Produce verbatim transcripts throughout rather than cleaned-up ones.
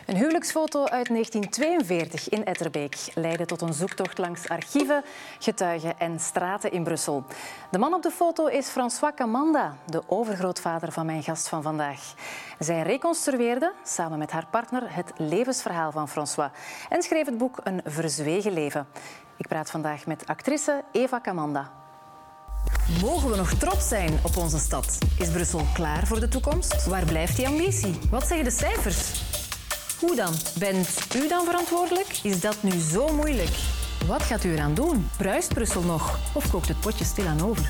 Een huwelijksfoto uit negentien tweeënveertig in Etterbeek leidde tot een zoektocht langs archieven, getuigen en straten in Brussel. De man op de foto is François Camanda, de overgrootvader van mijn gast van vandaag. Zij reconstrueerde samen met haar partner het levensverhaal van François en schreef het boek Een verzwegen leven. Ik praat vandaag met actrice Eva Camanda. Mogen we nog trots zijn op onze stad? Is Brussel klaar voor de toekomst? Waar blijft die ambitie? Wat zeggen de cijfers? Hoe dan? Bent u dan verantwoordelijk? Is dat nu zo moeilijk? Wat gaat u eraan doen? Bruist Brussel nog? Of kookt het potje stilaan over?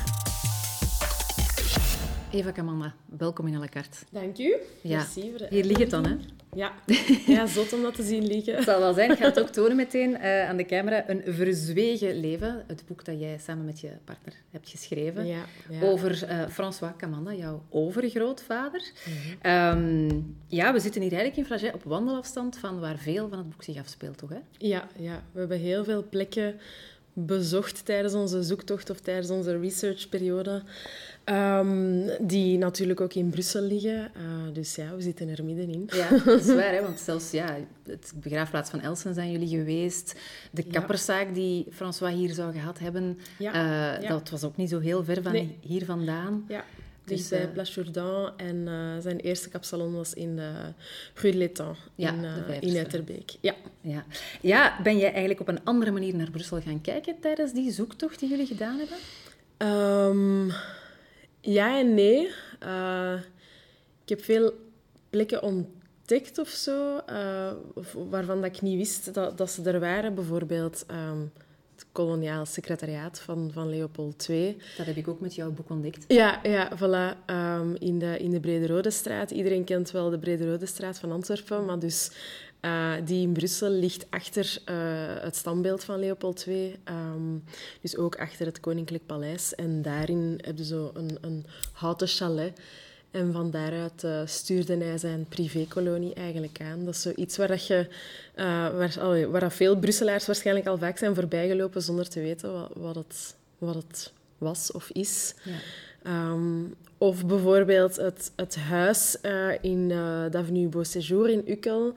Eva Camanda, welkom in à la carte. Dank u. Ja. Merci voor de Hier ligt het dan, hè? Ja. Ja, zot om dat te zien liggen. Het zal wel zijn. Ik ga het ook tonen meteen uh, aan de camera. Een verzwegen leven. Het boek dat jij samen met je partner hebt geschreven. Ja, ja. Over uh, François Camanda, jouw overgrootvader. Mm-hmm. Um, ja, we zitten hier eigenlijk in Flagey op wandelafstand van waar veel van het boek zich afspeelt, toch? Hè? Ja, ja, we hebben heel veel plekken bezocht tijdens onze zoektocht of tijdens onze researchperiode. Um, die natuurlijk ook in Brussel liggen. Uh, dus ja, we zitten er middenin. Ja, dat is waar, hè? Want zelfs ja, het begraafplaats van Elsen zijn jullie geweest. De kapperszaak die François hier zou gehad hebben, ja. Uh, ja. dat was ook niet zo heel ver van nee. hier vandaan. Ja. Dus bij uh, Place Jourdan en uh, zijn eerste kapsalon was in de Rue de l'Étang ja, in, uh, in Etterbeek. Ja. Ja. ja, ben jij eigenlijk op een andere manier naar Brussel gaan kijken tijdens die zoektocht die jullie gedaan hebben? Um, ja en nee. Uh, ik heb veel plekken ontdekt of zo, uh, waarvan dat ik niet wist dat, dat ze er waren. Bijvoorbeeld Um, het koloniaal secretariaat van, van Leopold de Tweede. Dat heb ik ook met jouw boek ontdekt. Ja, ja voilà. Um, in, de, in de Brederodestraat. Iedereen kent wel de Brederodestraat van Antwerpen, maar dus uh, die in Brussel ligt achter uh, het standbeeld van Leopold de Tweede. Um, dus ook achter het Koninklijk Paleis. En daarin heb je zo een, een houten chalet. En van daaruit uh, stuurde hij zijn privékolonie eigenlijk aan. Dat is zoiets waar, dat je, uh, waar, allee, waar dat veel Brusselaars waarschijnlijk al vaak zijn voorbijgelopen zonder te weten wat, wat, het, wat het was of is. Ja. Um, of bijvoorbeeld het, het huis uh, in uh, de Avenue Beau Séjour in Uckel.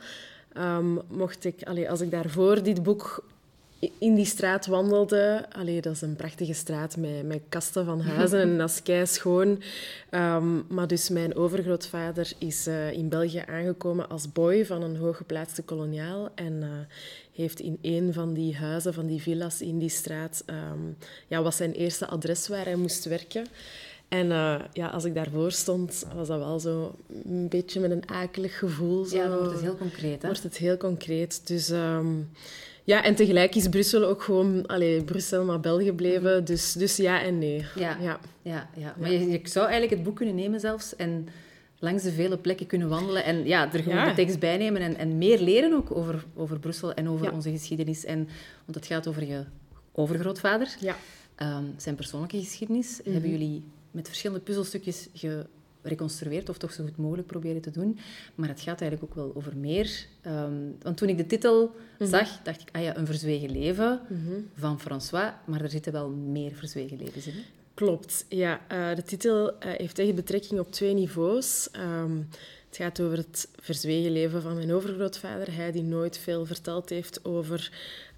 Um, mocht ik, allee, als ik daarvoor dit boek in die straat wandelde. Allee, dat is een prachtige straat met, met kasten van huizen en dat is keischoon. Um, maar dus mijn overgrootvader is uh, in België aangekomen als boy van een hooggeplaatste koloniaal en uh, heeft in een van die huizen, van die villa's in die straat, um, ja, was zijn eerste adres waar hij moest werken. En uh, ja, als ik daarvoor stond, was dat wel zo een beetje met een akelig gevoel. Zo. Ja, dan wordt het heel concreet, hè? Wordt het heel concreet. Dus Um, ja, en tegelijk is Brussel ook gewoon allee, Brussel maar België gebleven. Dus, dus ja en nee. Ja, ja. ja, ja. Maar je, je zou eigenlijk het boek kunnen nemen zelfs en langs de vele plekken kunnen wandelen en ja, er gewoon ja. de tekst bij nemen en, en meer leren ook over, over Brussel en over ja. onze geschiedenis. En, want het gaat over je overgrootvader, ja. um, zijn persoonlijke geschiedenis. Mm-hmm. Hebben jullie met verschillende puzzelstukjes gereconstrueerd of toch zo goed mogelijk proberen te doen. Maar het gaat eigenlijk ook wel over meer. Um, want toen ik de titel mm-hmm. zag, dacht ik, ah ja, een verzwegen leven mm-hmm. van François. Maar er zitten wel meer verzwegen levens in, hè? Klopt, ja. Uh, de titel uh, heeft echt betrekking op twee niveaus. Um, het gaat over het verzwegen leven van mijn overgrootvader. Hij die nooit veel verteld heeft over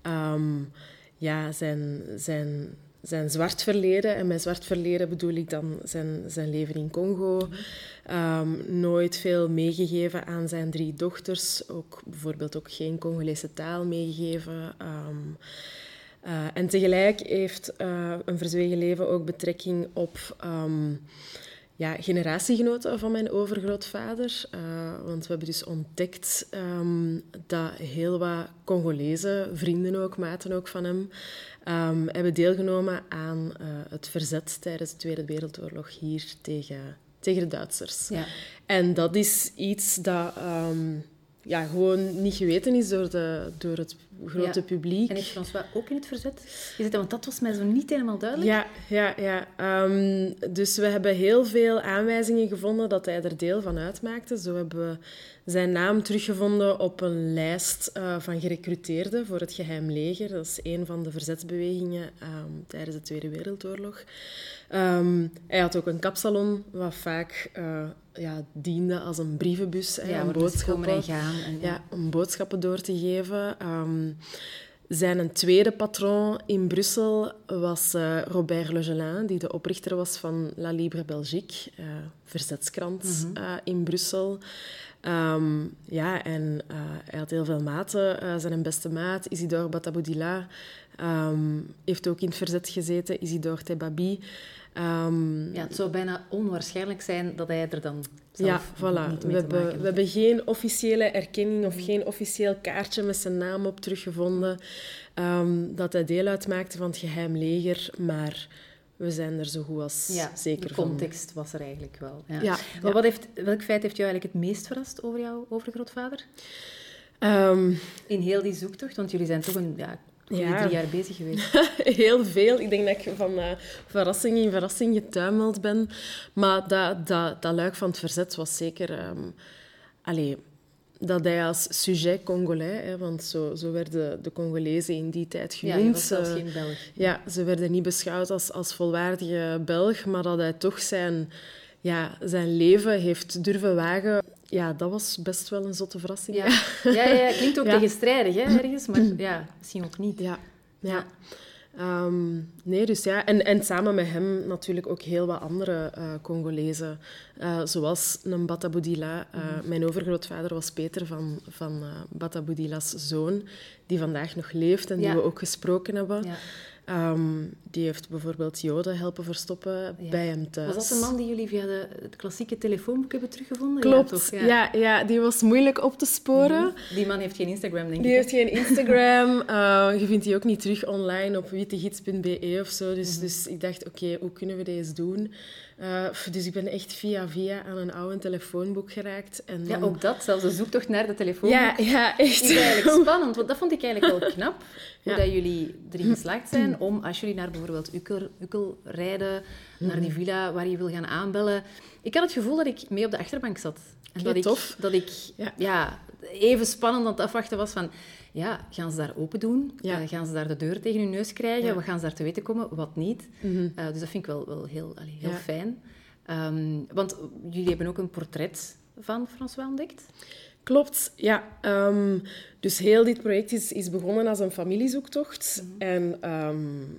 um, ja, zijn... zijn zijn zwart verleden. En met zwart verleden bedoel ik dan zijn, zijn leven in Congo. Um, nooit veel meegegeven aan zijn drie dochters. Ook, bijvoorbeeld ook geen Congolese taal meegegeven. Um, uh, en tegelijk heeft uh, een verzwegen leven ook betrekking op Um, Ja, generatiegenoten van mijn overgrootvader. Uh, want we hebben dus ontdekt um, dat heel wat Congolese vrienden ook, maten ook van hem, um, hebben deelgenomen aan uh, het verzet tijdens de Tweede Wereldoorlog hier tegen, tegen de Duitsers. Ja. En dat is iets dat um, ja, gewoon niet geweten is door, de, door het grote ja. publiek. En heeft François ook in het verzet gezeten? Want dat was mij zo niet helemaal duidelijk. Ja, ja, ja. Um, dus we hebben heel veel aanwijzingen gevonden dat hij er deel van uitmaakte. Zo hebben we zijn naam teruggevonden op een lijst uh, van gerecruiteerden voor het Geheim Leger. Dat is een van de verzetsbewegingen um, tijdens de Tweede Wereldoorlog. Um, hij had ook een kapsalon, wat vaak uh, ja, diende als een brievenbus, hè, Ja, om, boodschappen, en gaan en, ja. Ja, om boodschappen door te geven. Um, zijn een tweede patron in Brussel was uh, Robert Legelin, die de oprichter was van La Libre Belgique, uh, verzetskrant mm-hmm. uh, in Brussel. Um, ja, en uh, hij had heel veel maten. Uh, zijn beste maat, Isidore Bataboudila, um, heeft ook in het verzet gezeten, Isidore Tebabi. Um, ja, het zou bijna onwaarschijnlijk zijn dat hij er dan zelf ja, voilà. niet we mee hebben, te maken we hebben geen officiële erkenning of geen officieel kaartje met zijn naam op teruggevonden um, dat hij deel uitmaakte van het geheim leger, maar we zijn er zo goed als ja, zeker van. van. De context was er eigenlijk wel. Ja. Ja, maar ja. Wat heeft, welk feit heeft jou eigenlijk het meest verrast over jouw overgrootvader? Um, In heel die zoektocht, want jullie zijn toch een... Ja, Ja. drie jaar bezig geweest. Heel veel. Ik denk dat ik van uh, verrassing in verrassing getuimeld ben. Maar dat, dat, dat luik van het verzet was zeker... Um, allez, dat hij als sujet Congolais... Hè, want zo, zo werden de Congolezen in die tijd genoemd. Ja, je was zelfs uh, geen Belg. Ja, ze werden niet beschouwd als, als volwaardige Belg. Maar dat hij toch zijn, ja, zijn leven heeft durven wagen... Ja, dat was best wel een zotte verrassing. Ja, ja, ja, ja. Klinkt ook ja. tegenstrijdig, hè, ergens. Maar ja, misschien ook niet. Ja, ja. ja. Um, nee, dus ja. En, en samen met hem natuurlijk ook heel wat andere uh, Congolezen. Uh, zoals een Bataboudila. Uh, mm. Mijn overgrootvader was Peter van, van uh, Bataboudila's zoon, die vandaag nog leeft en die ja. we ook gesproken hebben. Ja. Um, die heeft bijvoorbeeld Joden helpen verstoppen ja. bij hem thuis. Was dat de man die jullie via de, het klassieke telefoonboek hebben teruggevonden? Klopt, ja, toch? Ja. Ja, ja, die was moeilijk op te sporen. Mm-hmm. Die man heeft geen Instagram, denk die ik. Die heeft geen Instagram. uh, je vindt die ook niet terug online op wittegids punt b e of zo. Dus, mm-hmm. dus ik dacht, oké, okay, hoe kunnen we deze doen? Uh, dus ik ben echt via via aan een oude telefoonboek geraakt. En dan... Ja, ook dat, zelfs de zoektocht naar de telefoonboek. Ja, ja, echt. Is eigenlijk spannend, want dat vond ik eigenlijk wel knap. Hoe ja. dat jullie erin geslaagd zijn om, als jullie naar bijvoorbeeld Ukkel, Ukkel rijden, naar die villa waar je wil gaan aanbellen. Ik had het gevoel dat ik mee op de achterbank zat. En dat ik, tof. dat ik ja. Ja, even spannend aan het afwachten was van... Ja, gaan ze daar open doen? Ja. Uh, gaan ze daar de deur tegen hun neus krijgen? Ja. Wat gaan ze daar te weten komen? Wat niet? Mm-hmm. Uh, dus dat vind ik wel, wel heel, allee, heel ja. fijn. Um, want jullie hebben ook een portret van François ontdekt. Klopt, ja. Um, dus heel dit project is, is begonnen als een familiezoektocht. Mm-hmm. En um,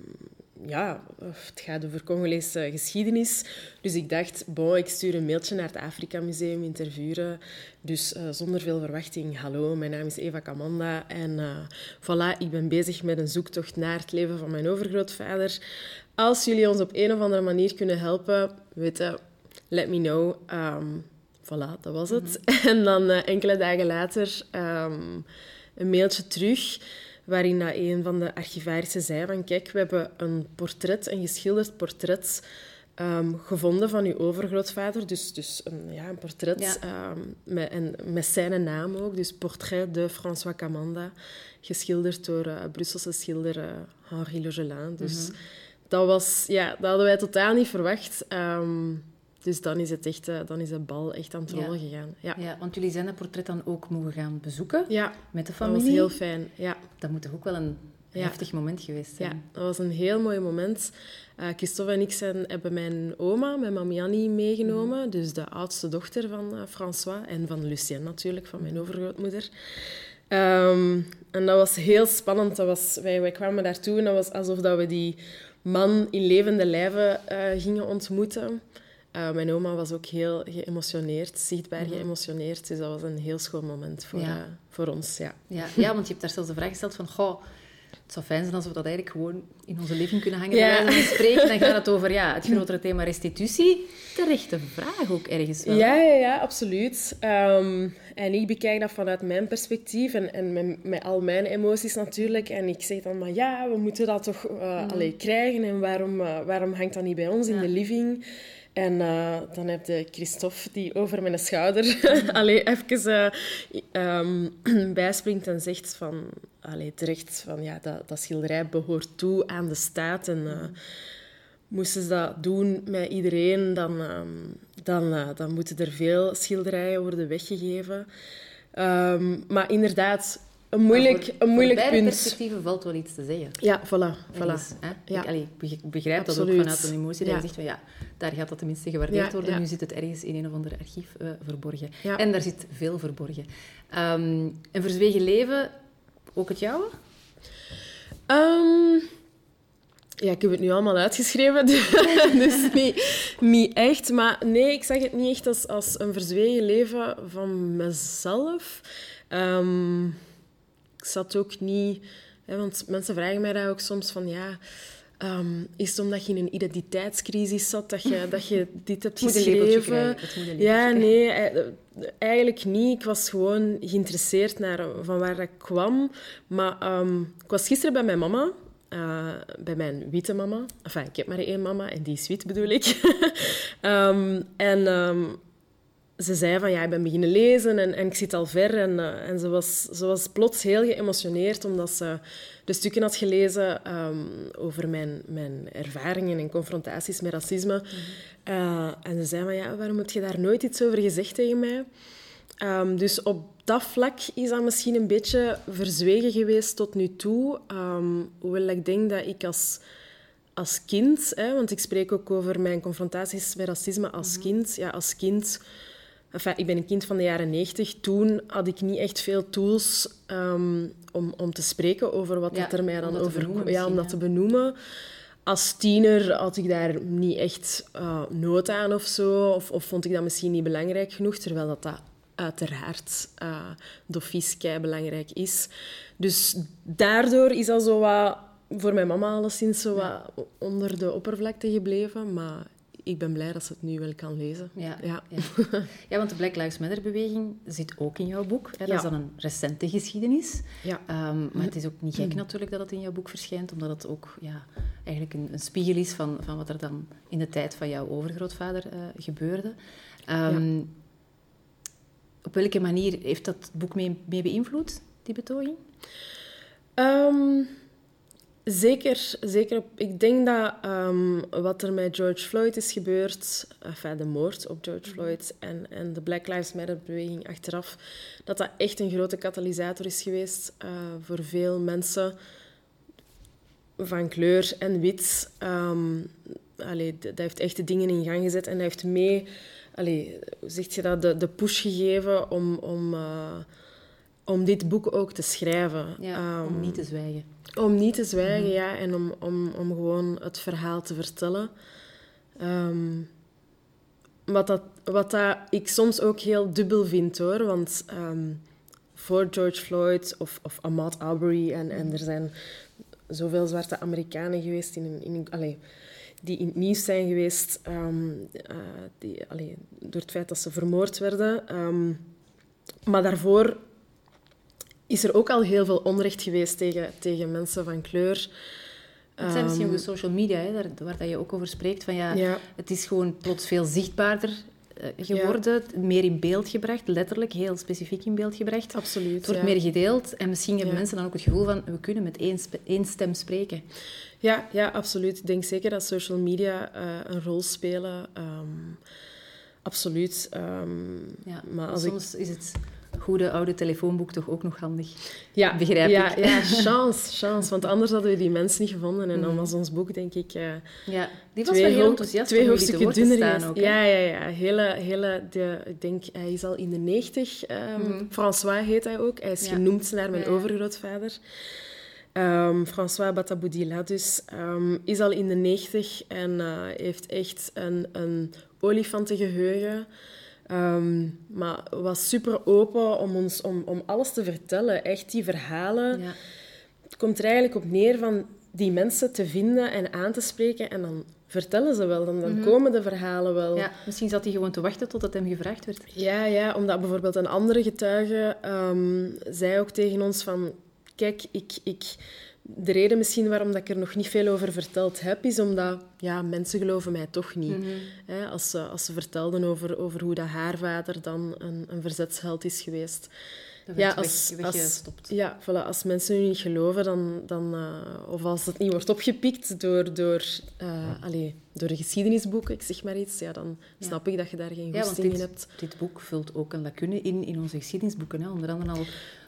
ja, het gaat over Congolese geschiedenis. Dus ik dacht, bon, ik stuur een mailtje naar het Afrika Museum in Tervuren. Dus uh, zonder veel verwachting, hallo, mijn naam is Eva Kamanda. En uh, voilà, ik ben bezig met een zoektocht naar het leven van mijn overgrootvader. Als jullie ons op een of andere manier kunnen helpen, weet je, let me know. Um, voilà, dat was het. Mm-hmm. En dan uh, enkele dagen later um, een mailtje terug, waarin uh, een van de archivarissen zei van, kijk, we hebben een portret, een geschilderd portret um, gevonden van uw overgrootvader. Dus, dus een, ja, een portret ja. um, met, en, met zijn naam ook. Dus Portrait de François Kamanda, geschilderd door uh, Brusselse schilder uh, Henri Legelin. Dus mm-hmm. dat was, ja, dat hadden wij totaal niet verwacht. Um, Dus dan is het echt, uh, dan is de bal echt aan het rollen ja. gegaan. Ja. ja, want jullie zijn dat portret dan ook mogen gaan bezoeken ja, met de familie. Dat was heel fijn. Ja. Dat moet toch ook wel een ja. heftig moment geweest zijn? Ja, dat was een heel mooi moment. Uh, Christophe en ik zijn, hebben mijn oma, mijn mami Annie, meegenomen. Mm. Dus de oudste dochter van uh, François en van Lucien natuurlijk, van mijn overgrootmoeder. Um, en dat was heel spannend. Dat was, wij, wij kwamen daartoe en dat was alsof dat we die man in levende lijven uh, gingen ontmoeten. Uh, mijn oma was ook heel geëmotioneerd, zichtbaar mm-hmm. geëmotioneerd. Dus dat was een heel schoon moment voor, ja. uh, voor ons. Ja. Ja, ja, want je hebt daar zelfs de vraag gesteld van... Goh, het zou fijn zijn als we dat eigenlijk gewoon in onze living kunnen hangen. Ja. En spreken. Dan gaat het over ja, het grotere thema restitutie. Terechte vraag ook ergens wel. Ja, ja, ja, absoluut. Um, en ik bekijk dat vanuit mijn perspectief en, en met, met al mijn emoties natuurlijk. En ik zeg dan, maar ja, we moeten dat toch uh, mm. allee, krijgen. En waarom, uh, waarom hangt dat niet bij ons ja. in de living? En uh, dan heb je Christophe die over mijn schouder allee, even uh, um, bijspringt en zegt van... Allee, terecht, van, ja, dat, dat schilderij behoort toe aan de staat. En uh, moesten ze dat doen met iedereen, dan, um, dan, uh, dan moeten er veel schilderijen worden weggegeven. Um, maar inderdaad... een moeilijk, voor, een moeilijk voor beide punt. perspectieven valt wel iets te zeggen. Ja, voilà. voilà. Ergens, hè? Ja. Ik, allee, ik begrijp Absoluut. dat ook vanuit een emotie. Dat Ja. je zegt van ja, daar gaat dat tenminste gewaardeerd Ja, worden. ja. Nu zit het ergens in een of ander archief uh, verborgen. Ja. En daar zit veel verborgen. Um, een verzwegen leven, ook het jouwe? Um, ja, ik heb het nu allemaal uitgeschreven, dus niet, niet echt. Maar nee, ik zeg het niet echt als, als een verzwegen leven van mezelf. Um, ik zat ook niet... Hè, want mensen vragen mij dat ook soms van... ja, um, is het omdat je in een identiteitscrisis zat dat je, dat je dit hebt geschreven? Ja, nee, eigenlijk niet. Ik was gewoon geïnteresseerd naar van waar dat kwam. Maar um, ik was gisteren bij mijn mama... Uh, bij mijn witte mama. Enfin, ik heb maar één mama en die is wit, bedoel ik. um, en um, ze zei van, ja, ik ben beginnen lezen en, en ik zit al ver. En, uh, en ze, was, ze was plots heel geëmotioneerd omdat ze de stukken had gelezen um, over mijn, mijn ervaringen en confrontaties met racisme. Mm-hmm. Uh, en ze zei van, ja, waarom heb je daar nooit iets over gezegd tegen mij? Um, dus op dat vlak is dat misschien een beetje verzwegen geweest tot nu toe. Um, hoewel ik denk dat ik als, als kind... Hè, want ik spreek ook over mijn confrontaties met racisme als mm-hmm. kind. Ja, als kind... Enfin, ik ben een kind van de jaren negentig. Toen had ik niet echt veel tools um, om, om te spreken over wat ja, dat er mij dan over... Ja, om dat te benoemen. Als tiener had ik daar niet echt uh, nood aan of zo. Of, of vond ik dat misschien niet belangrijk genoeg, terwijl dat... dat uiteraard uh, d'office kei belangrijk is. Dus daardoor is dat zo wat, voor mijn mama alleszins zo ja. wat onder de oppervlakte gebleven. Maar ik ben blij dat ze het nu wel kan lezen. Ja, ja. ja. ja want de Black Lives Matter-beweging zit ook in jouw boek. Hè? Dat ja. is dan een recente geschiedenis. Ja. Um, maar het is ook niet gek natuurlijk dat het in jouw boek verschijnt, omdat het ook ja, eigenlijk een, een spiegel is van, van wat er dan in de tijd van jouw overgrootvader uh, gebeurde. Um, ja. Op welke manier heeft dat boek mee, mee beïnvloed, die betoging? Um, zeker. zeker. Ik denk dat um, wat er met George Floyd is gebeurd, enfin, de moord op George Floyd en, en de Black Lives Matter-beweging achteraf, dat dat echt een grote katalysator is geweest uh, voor veel mensen van kleur en wit. Um, allee, dat heeft echt de dingen in gang gezet en dat heeft mee... Allee, hoe zeg je dat? De, de push gegeven om, om, uh, om dit boek ook te schrijven. Ja, um, om niet te zwijgen. Om niet te zwijgen, mm-hmm. ja. En om, om, om gewoon het verhaal te vertellen. Um, wat dat, wat dat ik soms ook heel dubbel vind, hoor. Want um, voor George Floyd of, of Ahmaud Arbery... En, en er zijn zoveel zwarte Amerikanen geweest in... in, in allee, die in het nieuws zijn geweest um, uh, die, allee, door het feit dat ze vermoord werden. Um, maar daarvoor is er ook al heel veel onrecht geweest tegen, tegen mensen van kleur. Het zijn misschien ook de social media, hè, daar, waar dat je ook over spreekt. Van, ja, ja. Het is gewoon plots veel zichtbaarder uh, geworden, ja. meer in beeld gebracht, letterlijk heel specifiek in beeld gebracht. Absoluut. Het wordt ja. meer gedeeld en misschien hebben ja. mensen dan ook het gevoel van we kunnen met één, spe- één stem spreken. Ja, ja, absoluut. Ik denk zeker dat social media uh, een rol spelen. Um, absoluut. Um, ja, maar als soms ik... is het goede oude telefoonboek toch ook nog handig. Ja, begrijp ja, ik. Ja, chance, chance. Want anders hadden we die mensen niet gevonden. En dan was ons boek, denk ik... Uh, ja, die was wel heel enthousiast twee om hoofdstukken dunner staan ook. Hè? Ja, ja, ja. Hele, hele, de, ik denk, hij is al in de negentig. Um, mm-hmm. François heet hij ook. Hij is ja. genoemd naar mijn ja, ja. overgrootvader. Um, François Bataboudila dus, um, is al in de negentig en uh, heeft echt een, een olifantengeheugen. Um, maar was super open om ons om, om alles te vertellen. Echt die verhalen. Ja. Het komt er eigenlijk op neer van die mensen te vinden en aan te spreken en dan vertellen ze wel. Dan, dan mm-hmm. komen de verhalen wel. Ja, misschien zat hij gewoon te wachten tot het hem gevraagd werd. Ja, ja, omdat bijvoorbeeld een andere getuige um, zei ook tegen ons van... Kijk, ik, ik, de reden misschien waarom dat ik er nog niet veel over verteld heb, is omdat ja, mensen geloven mij toch niet. Mm-hmm. Hè, als, ze, als ze vertelden over, over hoe dat haar vader dan een, een verzetsheld is geweest. Dat ja, werd als, weg, als, ja, voilà, als mensen u niet geloven, dan, dan, uh, of als het niet wordt opgepikt door, door, uh, allez, door de geschiedenisboeken, ik zeg maar iets, ja, dan ja. snap ik dat je daar geen goesting ja, in hebt. Dit boek vult ook een lacune in in onze geschiedenisboeken. Hè. Onder andere al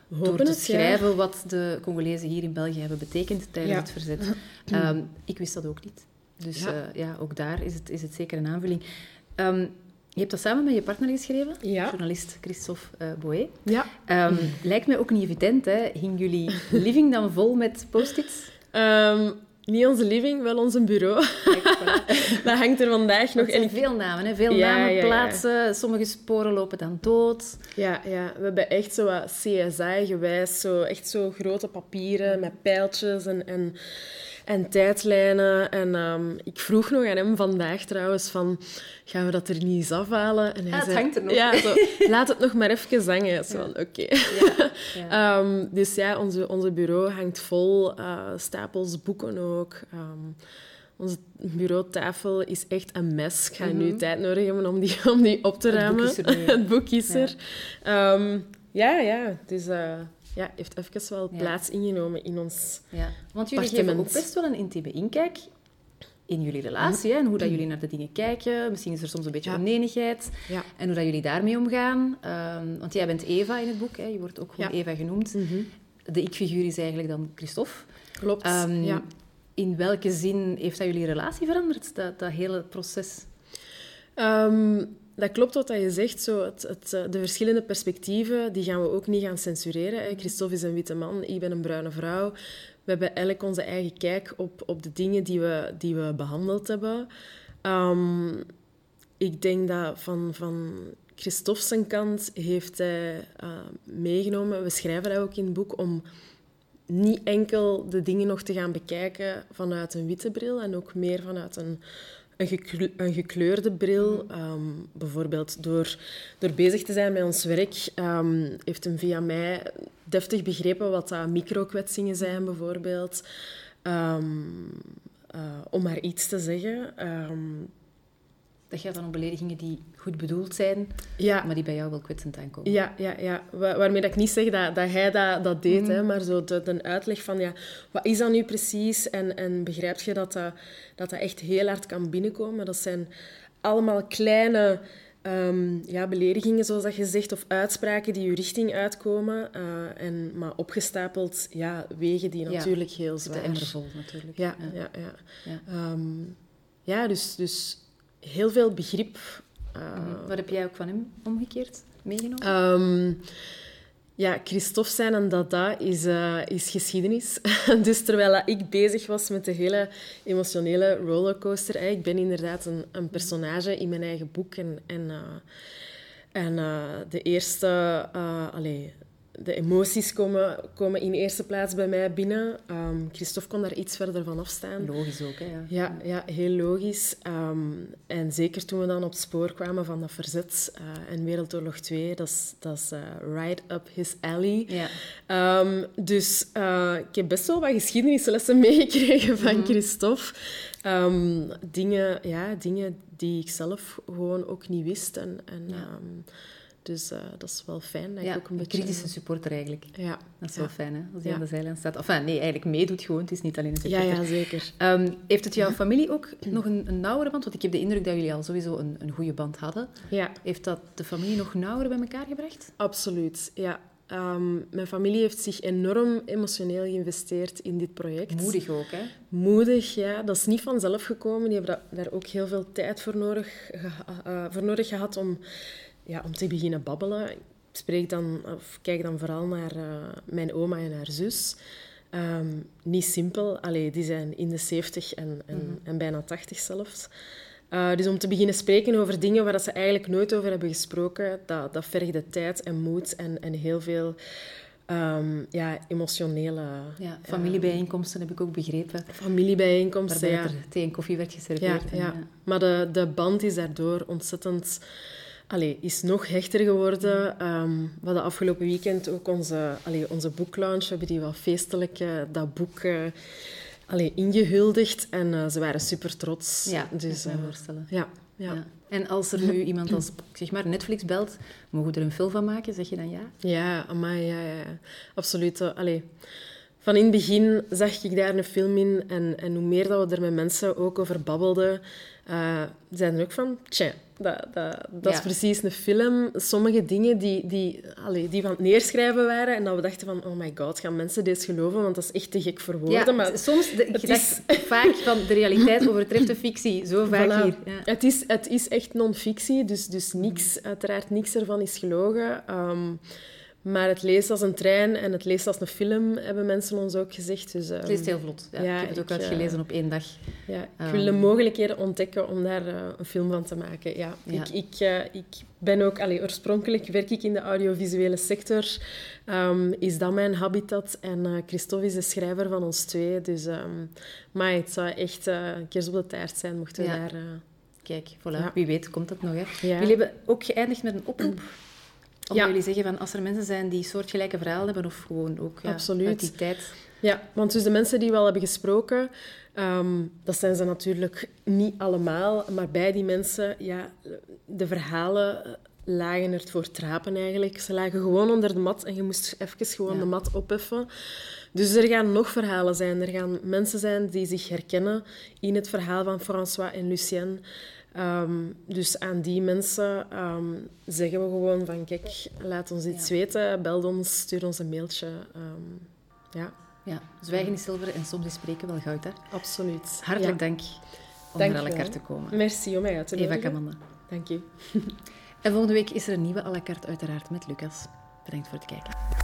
Hopen door te het, schrijven ja. wat de Congolezen hier in België hebben betekend tijdens Ja. het verzet. Um, ik wist dat ook niet. Dus ja, uh, ja ook daar is het, is het zeker een aanvulling. Um, je hebt dat samen met je partner geschreven, ja. journalist Christophe uh, Bouet. Ja. Um, lijkt mij ook niet evident, hè? Hing jullie living dan vol met post-its? Um, niet onze living, wel onze bureau. Kijk, voilà. Dat hangt er vandaag nog. Er zijn veel namen, hè? Veel ja, namen, ja, ja. plaatsen. Sommige sporen lopen dan dood. Ja, ja. We hebben echt zo wat C S I-gewijs, zo, echt zo grote papieren met pijltjes en, en, en tijdlijnen. En um, ik vroeg nog aan hem vandaag trouwens van, gaan we dat er niet eens afhalen? En hij ah, het zei, hangt er nog. Ja, zo, laat het nog maar even hangen. Zo van, oké. Okay. Ja, ja. um, dus ja, onze, onze bureau hangt vol, uh, stapels boeken ook. Um, onze bureautafel is echt een mes. Ik ga mm-hmm. nu tijd nodig hebben om die, om die op te ruimen. Het boek is er nu. Het boek is er. Ja, um, ja, ja. Het is, uh, ja, heeft even wel plaats ja. ingenomen in ons ja. Want jullie geven ook best wel een intieme inkijk in jullie relatie, hè, en hoe dat jullie naar de dingen kijken. Misschien is er soms een beetje ja. onenigheid. Ja. En hoe dat jullie daarmee omgaan. Um, want jij bent Eva in het boek. Hè. Je wordt ook gewoon ja. Eva genoemd. Mm-hmm. De ik-figuur is eigenlijk dan Christophe. Klopt, um, ja. In welke zin heeft dat jullie relatie veranderd, dat, dat hele proces? Um, dat klopt wat je zegt. Zo, het, het, de verschillende perspectieven die gaan we ook niet gaan censureren. Hè. Christophe is een witte man, ik ben een bruine vrouw. We hebben eigenlijk onze eigen kijk op, op de dingen die we, die we behandeld hebben. Um, ik denk dat van, van Christophe zijn kant heeft hij uh, meegenomen. We schrijven dat ook in het boek om niet enkel de dingen nog te gaan bekijken vanuit een witte bril en ook meer vanuit een, een, gekle- een gekleurde bril. Um, bijvoorbeeld door, door bezig te zijn met ons werk um, heeft hem via mij deftig begrepen wat dat microkwetsingen zijn, bijvoorbeeld. Um, uh, om maar iets te zeggen. Um, Dat gaat dan om beledigingen die goed bedoeld zijn, ja. maar die bij jou wel kwetsend aankomen. Ja, ja, ja. Wa- waarmee dat ik niet zeg dat, dat hij dat, dat deed, mm. hè, maar zo de, de uitleg van, ja, wat is dat nu precies? En, en begrijp je dat dat, dat dat echt heel hard kan binnenkomen? Dat zijn allemaal kleine um, ja, beledigingen, zoals dat je zegt, of uitspraken die je richting uitkomen. Uh, en, maar opgestapeld, ja, wegen die natuurlijk ja, heel zwaar. De emmer vol, natuurlijk. Ja, ja, ja. ja. ja. Um, ja dus... dus heel veel begrip. Uh, mm-hmm. Wat heb jij ook van hem omgekeerd meegenomen? Um, ja, Christophe zijn en Dada is, uh, is geschiedenis. Dus terwijl ik bezig was met de hele emotionele rollercoaster, hè, ik ben inderdaad een, een personage in mijn eigen boek. En, en, uh, en uh, de eerste... Uh, allez, de emoties komen, komen in eerste plaats bij mij binnen. Um, Christophe kon daar iets verder van afstaan. Logisch ook, hè? Ja, ja, ja heel logisch. Um, en zeker toen we dan op het spoor kwamen van dat verzet uh, en Wereldoorlog twee, dat is, dat is uh, right up his alley. Ja. Um, dus uh, ik heb best wel wat geschiedenislessen meegekregen van mm-hmm. Christophe. Um, dingen, ja, dingen die ik zelf gewoon ook niet wist. En, en, ja. um, Dus uh, dat is wel fijn. Dat ja, ik ook een, een beetje... kritische supporter eigenlijk. Ja. Dat is wel ja. fijn, hè? Als hij ja. aan de zijlijn staat. Enfin, nee, eigenlijk meedoet gewoon. Het is niet alleen een supporter. Ja, ja zeker. Um, heeft het jouw familie ook nog een, een nauwere band? Want ik heb de indruk dat jullie al sowieso een, een goede band hadden. Ja. Heeft dat de familie nog nauwer bij elkaar gebracht? Absoluut, ja. Um, mijn familie heeft zich enorm emotioneel geïnvesteerd in dit project. Moedig ook, hè? Moedig, ja. Dat is niet vanzelf gekomen. Die hebben daar ook heel veel tijd voor nodig, uh, voor nodig gehad om, ja, om te beginnen babbelen. Ik spreek dan, of kijk dan vooral naar uh, mijn oma en haar zus. Um, niet simpel. Allee, die zijn in de zeventig en, en, mm. en bijna tachtig zelfs. Uh, dus om te beginnen spreken over dingen waar ze eigenlijk nooit over hebben gesproken, dat, dat vergde tijd en moed en, en heel veel um, ja, emotionele... Ja, familiebijeenkomsten uh, heb ik ook begrepen. Familiebijeenkomsten, waarbij ja. er thee en koffie werd geserveerd. Ja, en, ja. ja. Maar de, de band is daardoor ontzettend... Allee, is nog hechter geworden. Um, we hadden afgelopen weekend ook onze, allee, onze boeklaunch. We hebben die wat feestelijk, uh, dat boek... Uh, Allee, ingehuldigd en uh, ze waren super trots. Ja, dus, dat kan uh, me voorstellen. Ja, ja. Ja. En als er nu iemand als zeg maar Netflix belt, mogen we er een film van maken? Zeg je dan ja? Ja, amai, ja, ja, absoluut. Allee, van in het begin zag ik daar een film in en, en hoe meer dat we er met mensen ook over babbelden, uh, zeiden er ook van, tja, dat, dat, dat ja. is precies een film. Sommige dingen die, die, allez, die van het neerschrijven waren en dat we dachten van, oh my god, gaan mensen dit geloven? Want dat is echt te gek voor woorden. Ja, maar soms, de, ik dacht is... vaak van de realiteit overtreft de fictie. Zo vaak voilà. hier. Ja. Het, is, het is echt non-fictie, dus, dus niks, uiteraard niks ervan is gelogen. Um, Maar het leest als een trein en het leest als een film, hebben mensen ons ook gezegd. Dus, um, het leest heel vlot. Ja, ja, ik heb het ook ik, uitgelezen uh, op één dag. Ja, ik um, wil de mogelijkheden ontdekken om daar uh, een film van te maken. Ja, ja. Ik, ik, uh, ik ben ook... Allee, oorspronkelijk werk ik in de audiovisuele sector. Um, is dat mijn habitat? En uh, Christophe is de schrijver van ons twee. Dus um, maar het zou echt uh, een keer op de taart zijn, mochten we ja. daar... Uh, Kijk, voilà. Ja. Wie weet komt dat nog. Hè. Ja. Jullie hebben ook geëindigd met een oproep. Of ja. jullie zeggen van als er mensen zijn die soortgelijke verhalen hebben of gewoon ook ja, uit die tijd. Ja, want dus de mensen die we al hebben gesproken, um, dat zijn ze natuurlijk niet allemaal, maar bij die mensen, ja, de verhalen lagen er voor trapen eigenlijk. Ze lagen gewoon onder de mat en je moest even gewoon ja. de mat opheffen. Dus er gaan nog verhalen zijn. Er gaan mensen zijn die zich herkennen in het verhaal van François en Lucienne. Um, dus aan die mensen um, zeggen we gewoon van kijk, laat ons iets ja. weten, bel ons, stuur ons een mailtje. Um, ja. ja, zwijgen is zilver en soms is spreken wel goud. Hè? Absoluut. Hartelijk ja. dank om dank naar à la carte te komen. Merci om mij uit te nodigen. Eva Kamanda. Dank je. En volgende week is er een nieuwe à la carte uiteraard met Lucas. Bedankt voor het kijken.